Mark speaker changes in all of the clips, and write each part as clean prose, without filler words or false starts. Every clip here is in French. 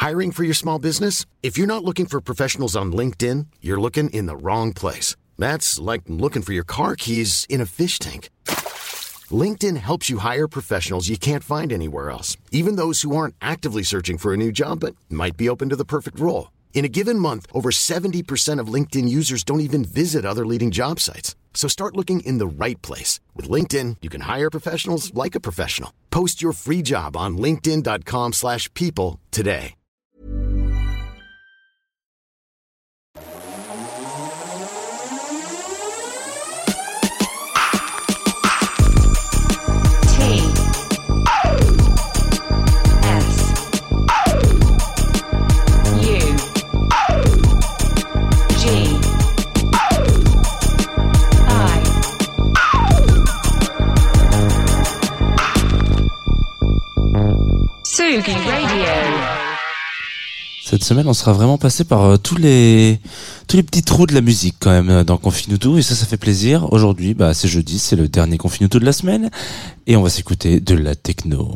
Speaker 1: Hiring for your small business? If you're not looking for professionals on LinkedIn, you're looking in the wrong place. That's like looking for your car keys in a fish tank. LinkedIn helps you hire professionals you can't find anywhere else, even those who aren't actively searching for a new job but might be open to the perfect role. In a given month, over 70% of LinkedIn users don't even visit other leading job sites. So start looking in the right place. With LinkedIn, you can hire professionals like a professional. Post your free job on linkedin.com/people today.
Speaker 2: Tsugi Radio.
Speaker 3: Cette semaine, on sera vraiment passé par tous les petits trous de la musique quand même dans Confinuto, et ça fait plaisir. Aujourd'hui, c'est jeudi, c'est le dernier Confinuto de la semaine, et on va s'écouter de la techno.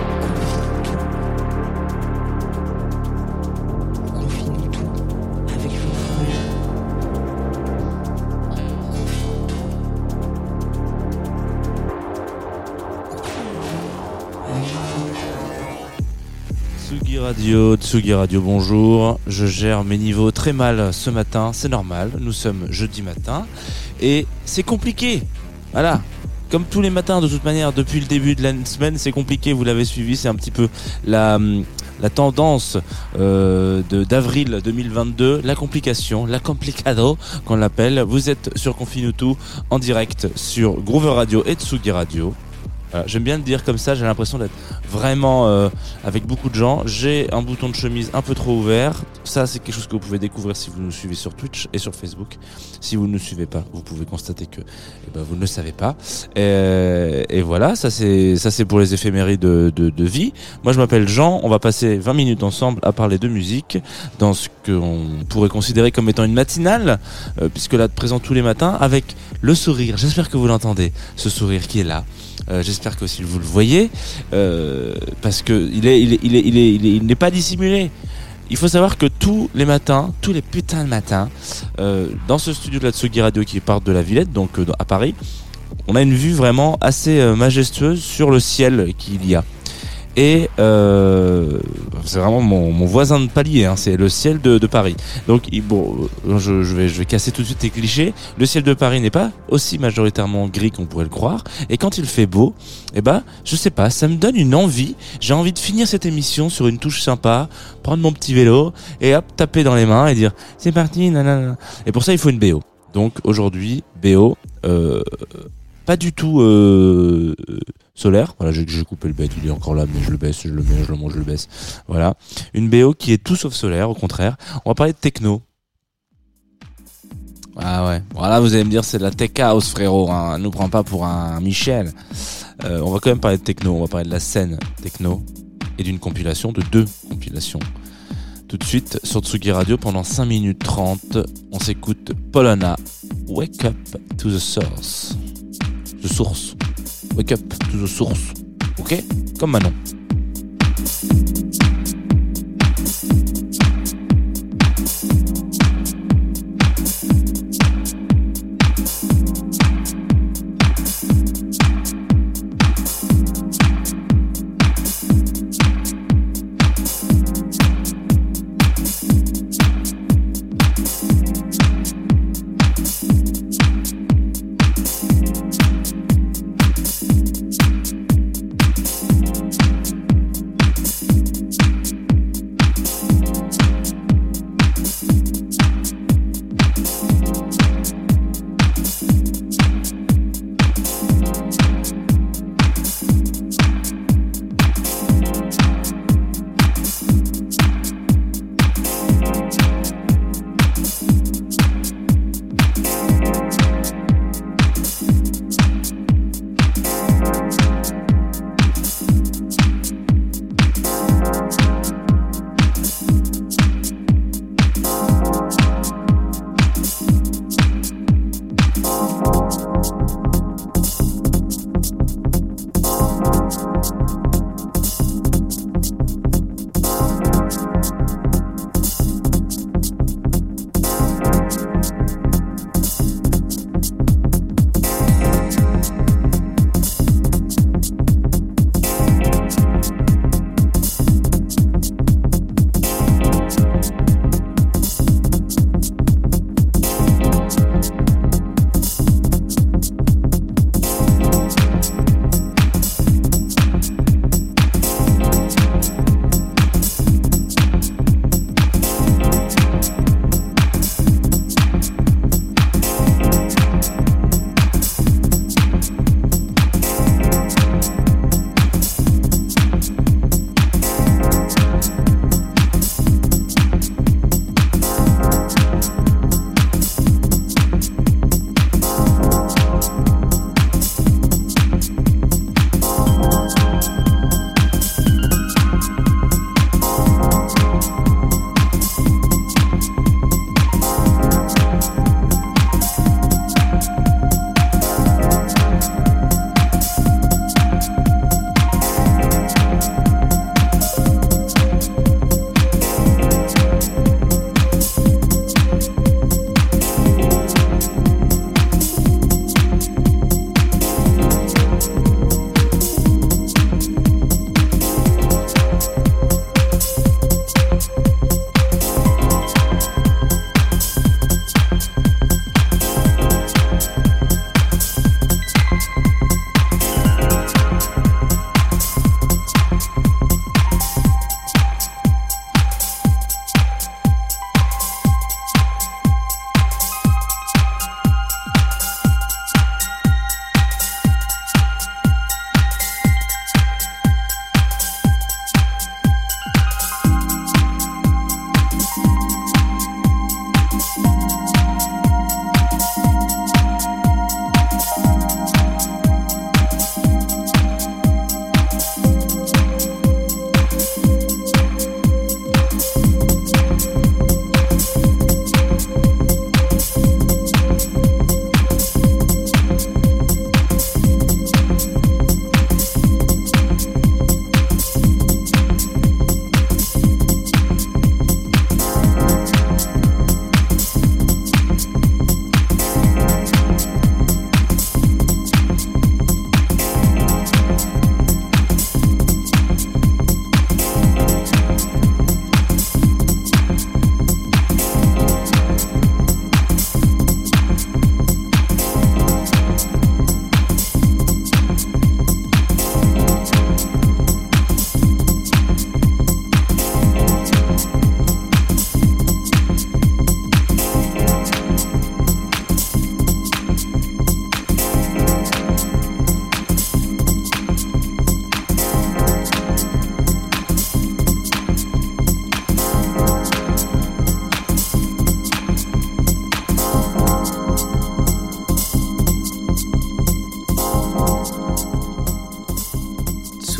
Speaker 3: Tsugi Radio, bonjour. Je gère mes niveaux très mal ce matin, c'est normal. Nous sommes jeudi matin et c'est compliqué. Voilà. Comme tous les matins, de toute manière, depuis le début de la semaine, c'est compliqué. Vous l'avez suivi, c'est un petit peu la tendance d'avril 2022, la complication, la complicado qu'on l'appelle. Vous êtes sur Confinuto en direct sur Groover Radio et Tsugi Radio. J'aime bien le dire comme ça, j'ai l'impression d'être vraiment avec beaucoup de gens. J'ai un bouton de chemise un peu trop ouvert. Ça, c'est quelque chose que vous pouvez découvrir si vous nous suivez sur Twitch et sur Facebook. Si vous ne nous suivez pas, vous pouvez constater que vous ne le savez pas. Et voilà, ça c'est pour les éphémérides de vie. Moi, je m'appelle Jean. On va passer 20 minutes ensemble à parler de musique dans ce qu'on pourrait considérer comme étant une matinale, puisque là, présent tous les matins avec le sourire. J'espère que vous l'entendez, ce sourire qui est là. J'espère que aussi vous le voyez, parce que il n'est pas dissimulé. Il faut savoir que tous les matins, tous les putains de matins, dans ce studio de la Tsugi Radio qui part de la Villette, donc à Paris, on a une vue vraiment assez majestueuse sur le ciel qu'il y a. Et c'est vraiment mon voisin de palier, hein, c'est le ciel de Paris. Donc je vais casser tout de suite les clichés. Le ciel de Paris n'est pas aussi majoritairement gris qu'on pourrait le croire. Et quand il fait beau, je sais pas, ça me donne une envie. J'ai envie de finir cette émission sur une touche sympa, prendre mon petit vélo et hop, taper dans les mains et dire c'est parti, nanana. Et pour ça, il faut une BO. Donc aujourd'hui, BO, pas du tout solaire. Voilà, j'ai coupé le bête, il est encore là, mais je le baisse, je le mets, je le monte, je le baisse. Voilà. Une BO qui est tout sauf solaire, au contraire. On va parler de techno. Ah ouais. Voilà, vous allez me dire, c'est de la tech house, frérot, hein. Nous prend pas pour un Michel. On va quand même parler de techno. On va parler de la scène techno et d'une compilation, de 2 compilations. Tout de suite, sur Tsugi Radio, pendant 5 minutes 30, on s'écoute Polona, Wake Up to the Source. The Source. Wake up to the source. Ok? Comme Manon.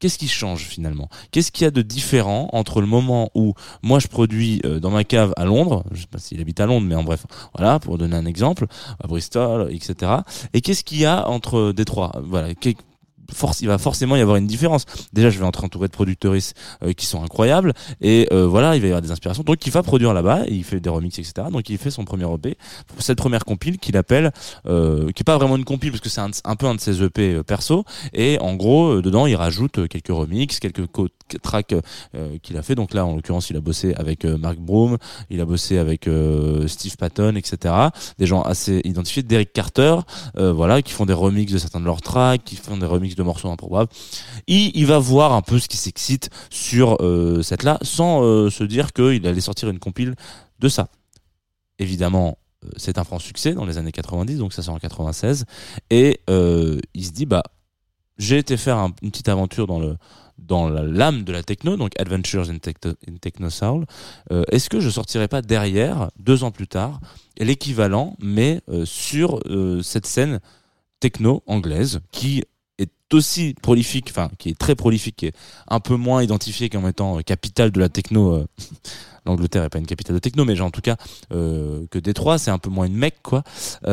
Speaker 3: qu'est-ce qui change finalement? Qu'est-ce qu'il y a de différent entre le moment où moi je produis dans ma cave à Londres, je sais pas s'il habite à Londres, mais en bref, voilà, pour donner un exemple, à Bristol, etc. Et qu'est-ce qu'il y a entre Détroit? Voilà, il va forcément y avoir une différence. Déjà, je vais être entouré de producteuristes qui sont incroyables et voilà, il va y avoir des inspirations. Donc, il va produire là-bas, et il fait des remixes, etc. Donc, il fait son premier EP, cette première compile qu'il appelle, qui est pas vraiment une compile parce que c'est un peu un de ses EP perso. Et en gros, dedans, il rajoute quelques remixes, quelques tracks qu'il a fait. Donc là, en l'occurrence, il a bossé avec Mark Broom, il a bossé avec Steve Patton, etc. Des gens assez identifiés, Derek Carter, voilà, qui font des remixes de certains de leurs tracks, qui font des remixes de morceaux improbables. Il va voir un peu ce qui s'excite sur cette là, sans se dire qu'il allait sortir une compile de ça. Évidemment, c'est un franc succès dans les années 90, donc ça sort en 96, et il se dit j'ai été faire une petite aventure dans la lame de la techno, donc Adventures in Techno Soul. Est-ce que je sortirais pas derrière, 2 ans plus tard, l'équivalent, mais sur cette scène techno anglaise qui est aussi prolifique, enfin qui est très prolifique, qui est un peu moins identifiée comme étant capitale de la techno. L'Angleterre est pas une capitale de techno, mais genre en tout cas que Détroit, c'est un peu moins une Mecque, quoi.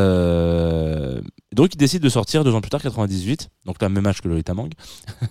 Speaker 3: Donc il décide de sortir 2 ans plus tard, 98, donc là même âge que Lolita Mang.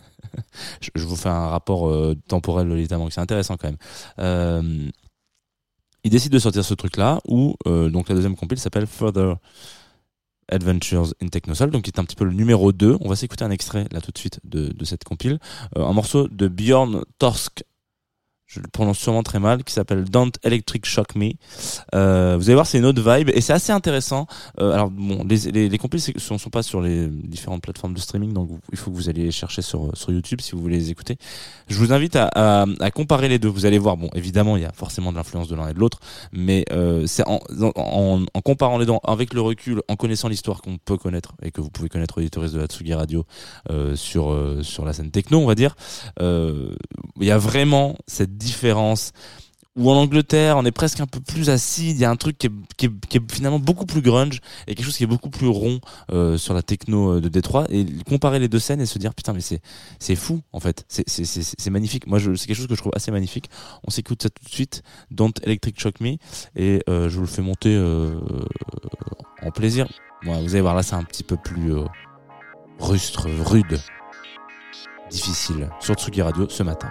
Speaker 3: Je vous fais un rapport temporel Lolita Mang, c'est intéressant quand même. Il décide de sortir ce truc-là, où donc la deuxième compile s'appelle Further Adventures in Techno Soul, donc qui est un petit peu le numéro 2. On va s'écouter un extrait là tout de suite de cette compile, un morceau de Björn Torsk, je le prononce sûrement très mal, qui s'appelle Don't Electric Shock Me. Vous allez voir, c'est une autre vibe et c'est assez intéressant. Alors bon, les compiles sont pas sur les différentes plateformes de streaming, donc il faut que vous alliez les chercher sur YouTube si vous voulez les écouter. Je vous invite à comparer les deux. Vous allez voir, bon, évidemment, il y a forcément de l'influence de l'un et de l'autre, mais c'est en comparant les deux avec le recul, en connaissant l'histoire qu'on peut connaître et que vous pouvez connaître auditoristes de la Tsugi Radio sur la scène techno, on va dire. Il y a vraiment cette différence où en Angleterre on est presque un peu plus acide, il y a un truc qui est finalement beaucoup plus grunge et quelque chose qui est beaucoup plus rond sur la techno de Détroit, et comparer les deux scènes et se dire putain mais c'est fou en fait, c'est magnifique. Moi c'est quelque chose que je trouve assez magnifique. On s'écoute ça tout de suite, Don't Electric Shock Me, et je vous le fais monter en plaisir. Bon, vous allez voir, là c'est un petit peu plus rustre, rude, difficile sur Tsugi Radio ce matin.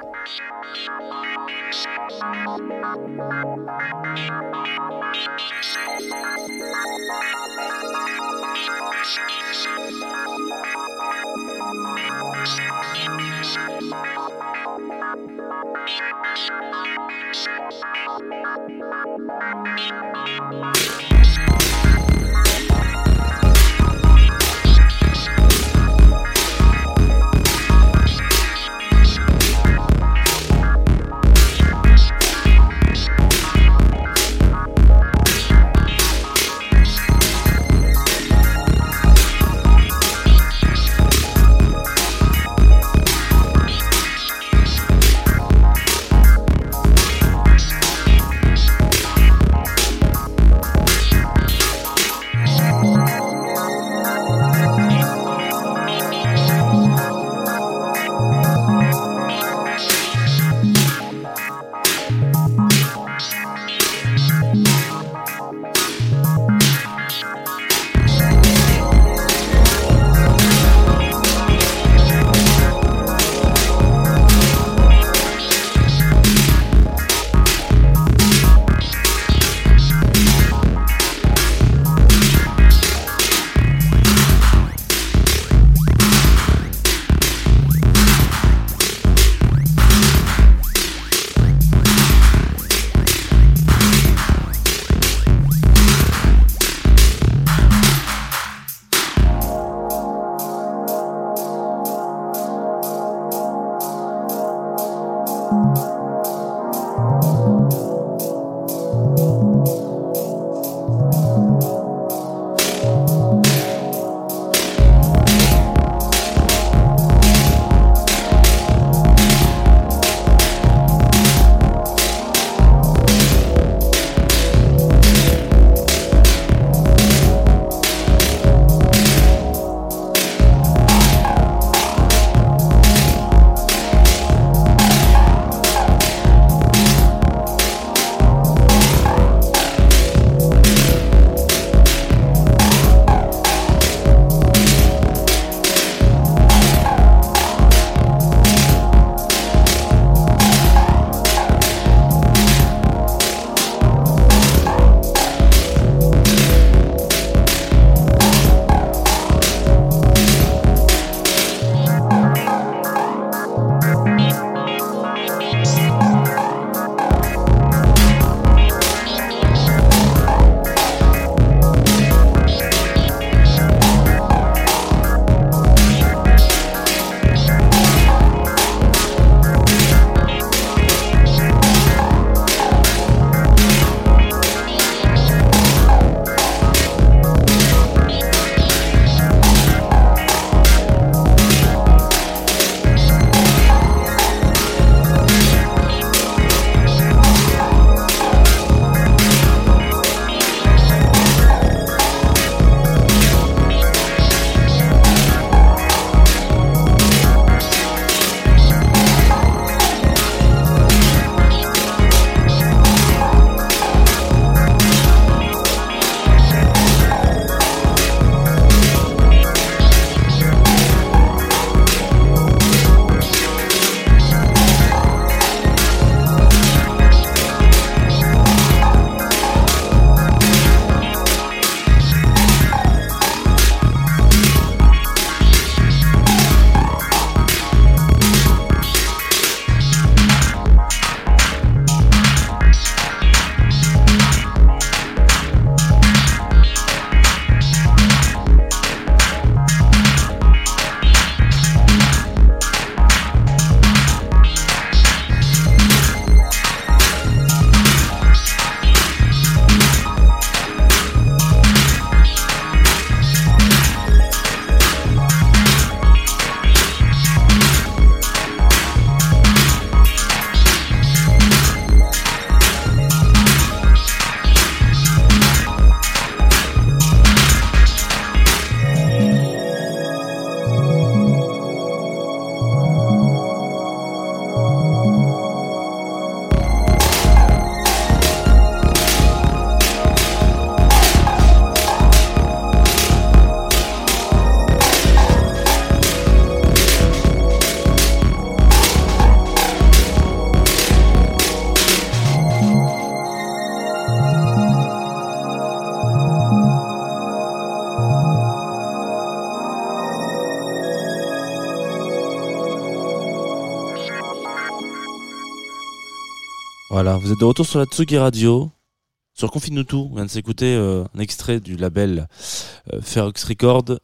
Speaker 3: Voilà, vous êtes de retour sur la Tsugi Radio, sur Confine-nous tout. On vient de s'écouter un extrait du label Ferox Records,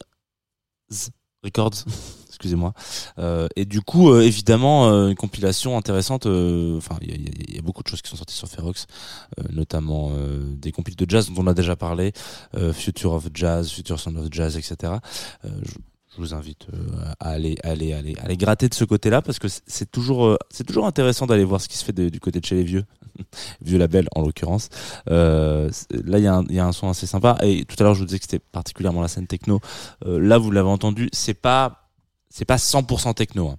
Speaker 3: excusez-moi. Et du coup, évidemment, une compilation intéressante. Enfin, il y a beaucoup de choses qui sont sorties sur Ferox, notamment des compiles de jazz dont on a déjà parlé, Future of Jazz, Future Sound of Jazz, etc. Je vous invite à aller gratter de ce côté-là parce que c'est toujours intéressant d'aller voir ce qui se fait du côté de chez les vieux labels en l'occurrence. Là il y a un son assez sympa et tout à l'heure je vous disais que c'était particulièrement la scène techno. Là vous l'avez entendu, c'est pas 100% techno.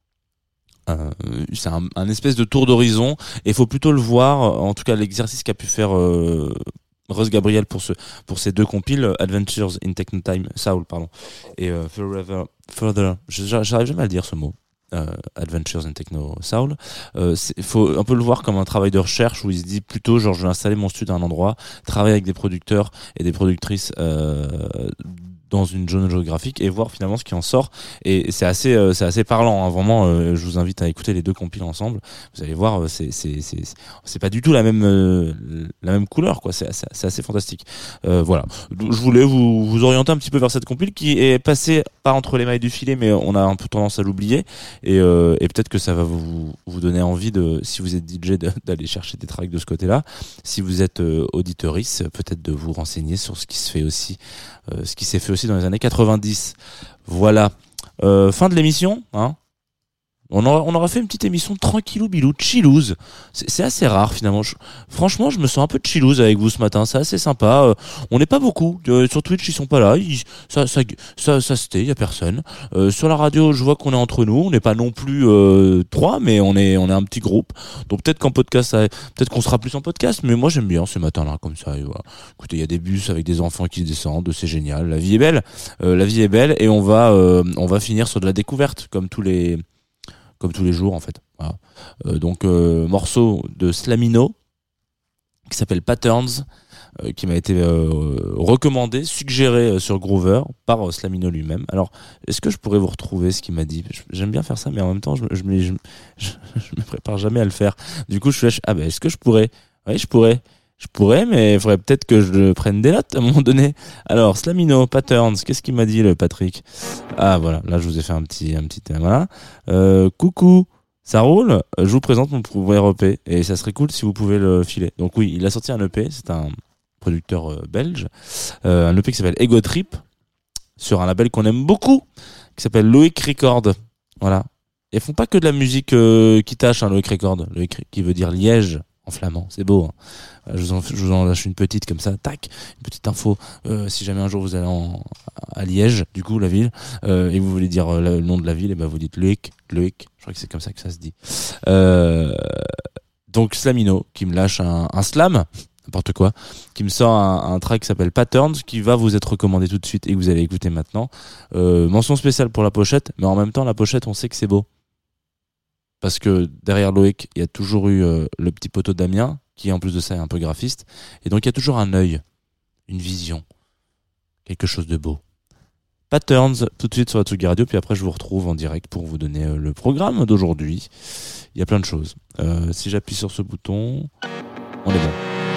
Speaker 3: C'est un espèce de tour d'horizon et il faut plutôt le voir, en tout cas l'exercice qu'a pu faire Russ Gabriel pour ces deux compiles, Adventures in Techno Time Soul, et Further, j'arrive jamais à le dire ce mot, Adventures in Techno Soul. Faut un peu le voir comme un travail de recherche où il se dit plutôt genre je vais installer mon studio à un endroit, travailler avec des producteurs et des productrices dans une zone géographique et voir finalement ce qui en sort, et c'est assez parlant, hein, vraiment. Je vous invite à écouter les deux compiles ensemble, vous allez voir, c'est pas du tout la même couleur, quoi. C'est assez fantastique. Voilà, je voulais vous orienter un petit peu vers cette compile qui est passée pas entre les mailles du filet, mais on a un peu tendance à l'oublier, et peut-être que ça va vous donner envie de, si vous êtes DJ, d'aller chercher des tracks de ce côté-là. Si vous êtes auditorice, peut-être de vous renseigner sur ce qui se fait aussi, ce qui s'est fait aussi dans les années 90. Voilà. Fin de l'émission, hein. On aura fait une petite émission tranquillou bilou, chillouse. C'est assez rare finalement. Franchement, je me sens un peu chillouse avec vous ce matin. C'est assez sympa. On n'est pas beaucoup. Sur Twitch, ils sont pas là. Ça se tait, y a personne. Sur la radio, je vois qu'on est entre nous. On n'est pas non plus 3, mais on est un petit groupe. Donc peut-être qu'en podcast, peut-être qu'on sera plus en podcast. Mais moi, j'aime bien ce matin-là comme ça. Et voilà. Écoutez, il y a des bus avec des enfants qui descendent. C'est génial. La vie est belle. Et on va finir sur de la découverte comme tous les jours en fait. Voilà. Donc morceau de Slamino qui s'appelle Patterns, qui m'a été recommandé, suggéré sur Groover par Slamino lui-même. Alors, est-ce que je pourrais vous retrouver ce qu'il m'a dit? J'aime bien faire ça, mais en même temps, je me prépare jamais à le faire. Du coup, je suis là, est-ce que je pourrais? Oui, je pourrais, mais il faudrait peut-être que je prenne des notes à un moment donné. Alors, Slamino, Patterns, qu'est-ce qu'il m'a dit, le Patrick? Ah, voilà, là, je vous ai fait un petit thème, voilà. Coucou, ça roule? Je vous présente mon premier EP, et ça serait cool si vous pouvez le filer. Donc oui, il a sorti un EP, c'est un producteur belge, un EP qui s'appelle Ego Trip, sur un label qu'on aime beaucoup, qui s'appelle Loïc Records. Voilà. Ils font pas que de la musique qui tâche, hein, Loïc Records. Loïc qui veut dire Liège en flamand, c'est beau, hein. Je vous en lâche une petite comme ça, tac, une petite info. Si jamais un jour vous allez à Liège, du coup la ville, et vous voulez dire le nom de la ville, et ben vous dites Loïc, je crois que c'est comme ça que ça se dit. Donc Slamino qui me lâche un slam, n'importe quoi, qui me sort un track qui s'appelle Patterns, qui va vous être recommandé tout de suite et que vous allez écouter maintenant. Mention spéciale pour la pochette, mais en même temps la pochette, on sait que c'est beau. Parce que derrière Loïc, il y a toujours eu le petit poteau Damien, qui en plus de ça est un peu graphiste. Et donc il y a toujours un œil, une vision, quelque chose de beau. Patterns, tout de suite sur la Tsugi Radio, puis après je vous retrouve en direct pour vous donner le programme d'aujourd'hui. Il y a plein de choses. Si j'appuie sur ce bouton, on est bon.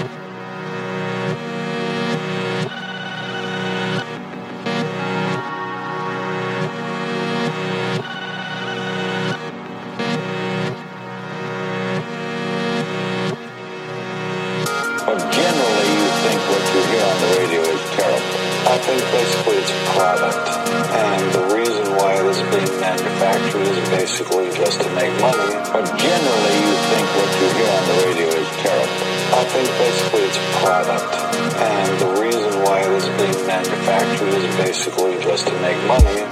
Speaker 4: I think basically it's a product, and the reason why it is being manufactured is basically just to make money. But generally you think what you hear on the radio is terrible. I think basically it's a product, and the reason why it is being manufactured is basically just to make money.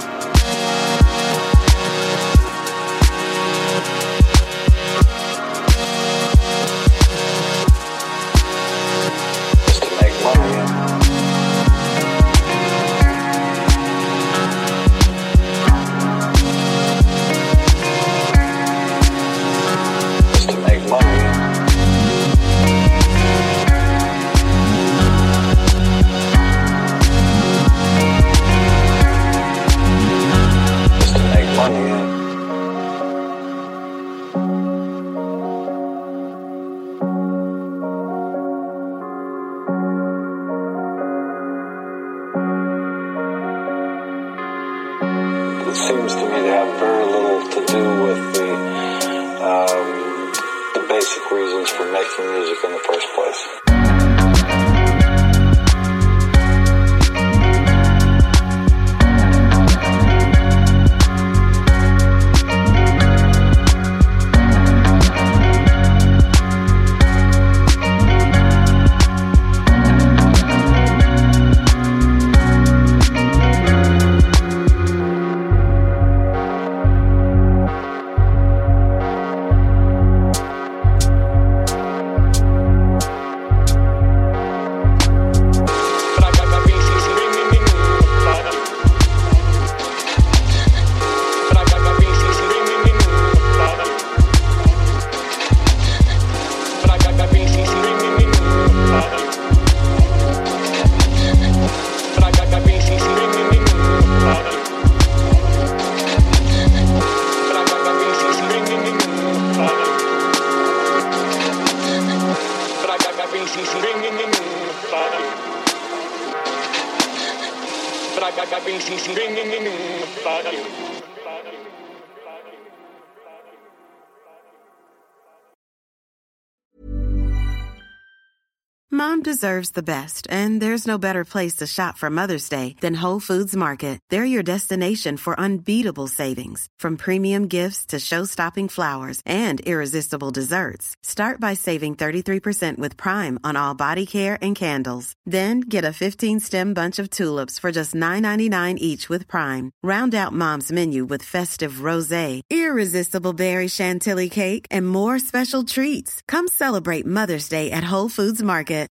Speaker 4: it seems to me to have very little to do with the basic reasons for making music in the first place.
Speaker 5: Mom deserves the best, and there's no better place to shop for Mother's Day than Whole Foods Market. They're your destination for unbeatable savings, from premium gifts to show-stopping flowers and irresistible desserts. Start by saving 33% with Prime on all body care and candles. Then get a 15-stem bunch of tulips for just $9.99 each with Prime. Round out Mom's menu with festive rosé, irresistible berry chantilly cake, and more special treats. Come celebrate Mother's Day at Whole Foods Market.